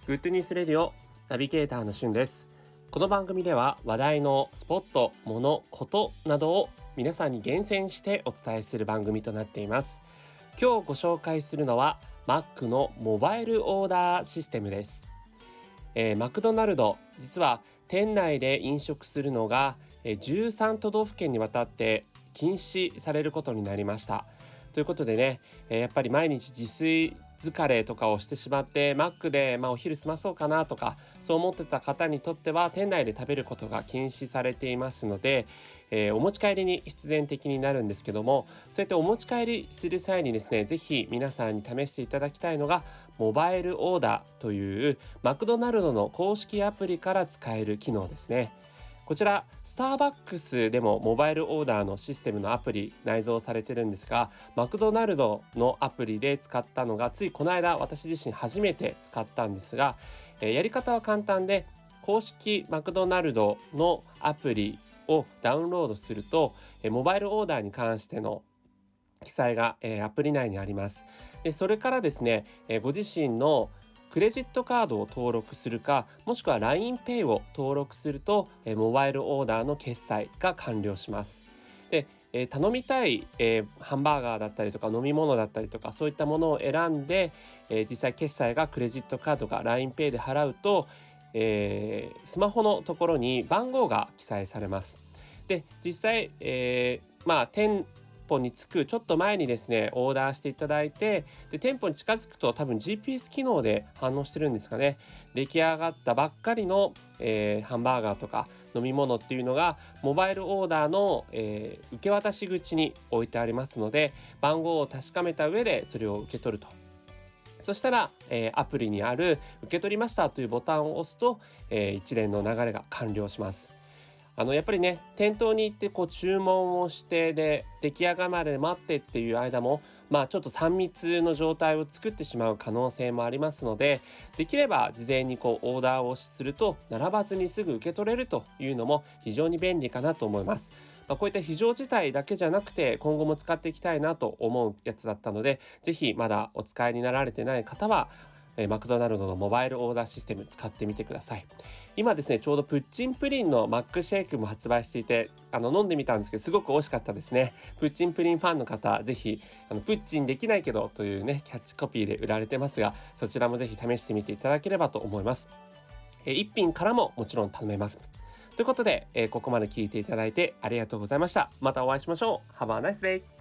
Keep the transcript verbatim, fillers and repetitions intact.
グッドニュースレディオナビゲーターのしゅんです。この番組では話題のスポット、もの、ことなどを皆さんに厳選してお伝えする番組となっています。今日ご紹介するのは Mac のモバイルオーダーシステムです。えー、マクドナルド、実は店内で飲食するのが、えー、じゅうさん都道府県にわたって禁止されることになりました。ということでね、えーやっぱり毎日自炊疲れとかをしてしまってマックで、まあ、お昼済まそうかなとかそう思ってた方にとっては店内で食べることが禁止されていますので、えーお持ち帰りに必然的になるんですけども、そうやってお持ち帰りする際にですね、ぜひ皆さんに試していただきたいのがモバイルオーダーというマクドナルドの公式アプリから使える機能ですね。こちらスターバックスでもモバイルオーダーのシステムのアプリ内蔵されてるんですが、マクドナルドのアプリで使ったのがついこの間私自身初めて使ったんですが、えーやり方は簡単で、公式マクドナルドのアプリをダウンロードすると、えーモバイルオーダーに関しての記載が、えーアプリ内にあります。でそれからですね、えーご自身のクレジットカードを登録するか、もしくは ラインペイ を登録すると、えーモバイルオーダーの決済が完了します。で、えー頼みたい、えーハンバーガーだったりとか飲み物だったりとかそういったものを選んで、えー実際決済がクレジットカードか ラインペイ で払うと、えースマホのところに番号が記載されます。で実際、えーまあ店舗に着くちょっと前にですねオーダーしていただいて、で店舗に近づくと多分 ジーピーエス 機能で反応してるんですかね。出来上がったばっかりの、えーハンバーガーとか飲み物っていうのがモバイルオーダーの、えー受け渡し口に置いてありますので、番号を確かめた上でそれを受け取ると。そしたら、えーアプリにある受け取りましたというボタンを押すと、えー一連の流れが完了します。あのやっぱりね、店頭に行ってこう注文をしてで出来上がるまで待ってっていう間も、まあちょっとさん密の状態を作ってしまう可能性もありますので、できれば事前にこうオーダーをすると並ばずにすぐ受け取れるというのも非常に便利かなと思います。まあ、こういった非常事態だけじゃなくて今後も使っていきたいなと思うやつだったので、ぜひまだお使いになられてない方はえーマクドナルドのモバイルオーダーシステム使ってみてください。今ですね、ちょうどプッチンプリンのマックシェイクも発売していて、あの飲んでみたんですけどすごく美味しかったですね。プッチンプリンファンの方、ぜひあのプッチンできないけどというねキャッチコピーで売られてますが、そちらもぜひ試してみていただければと思います。えー一品からももちろん頼めます。ということで、えーここまで聞いていただいてありがとうございました。またお会いしましょう。Have a nice day!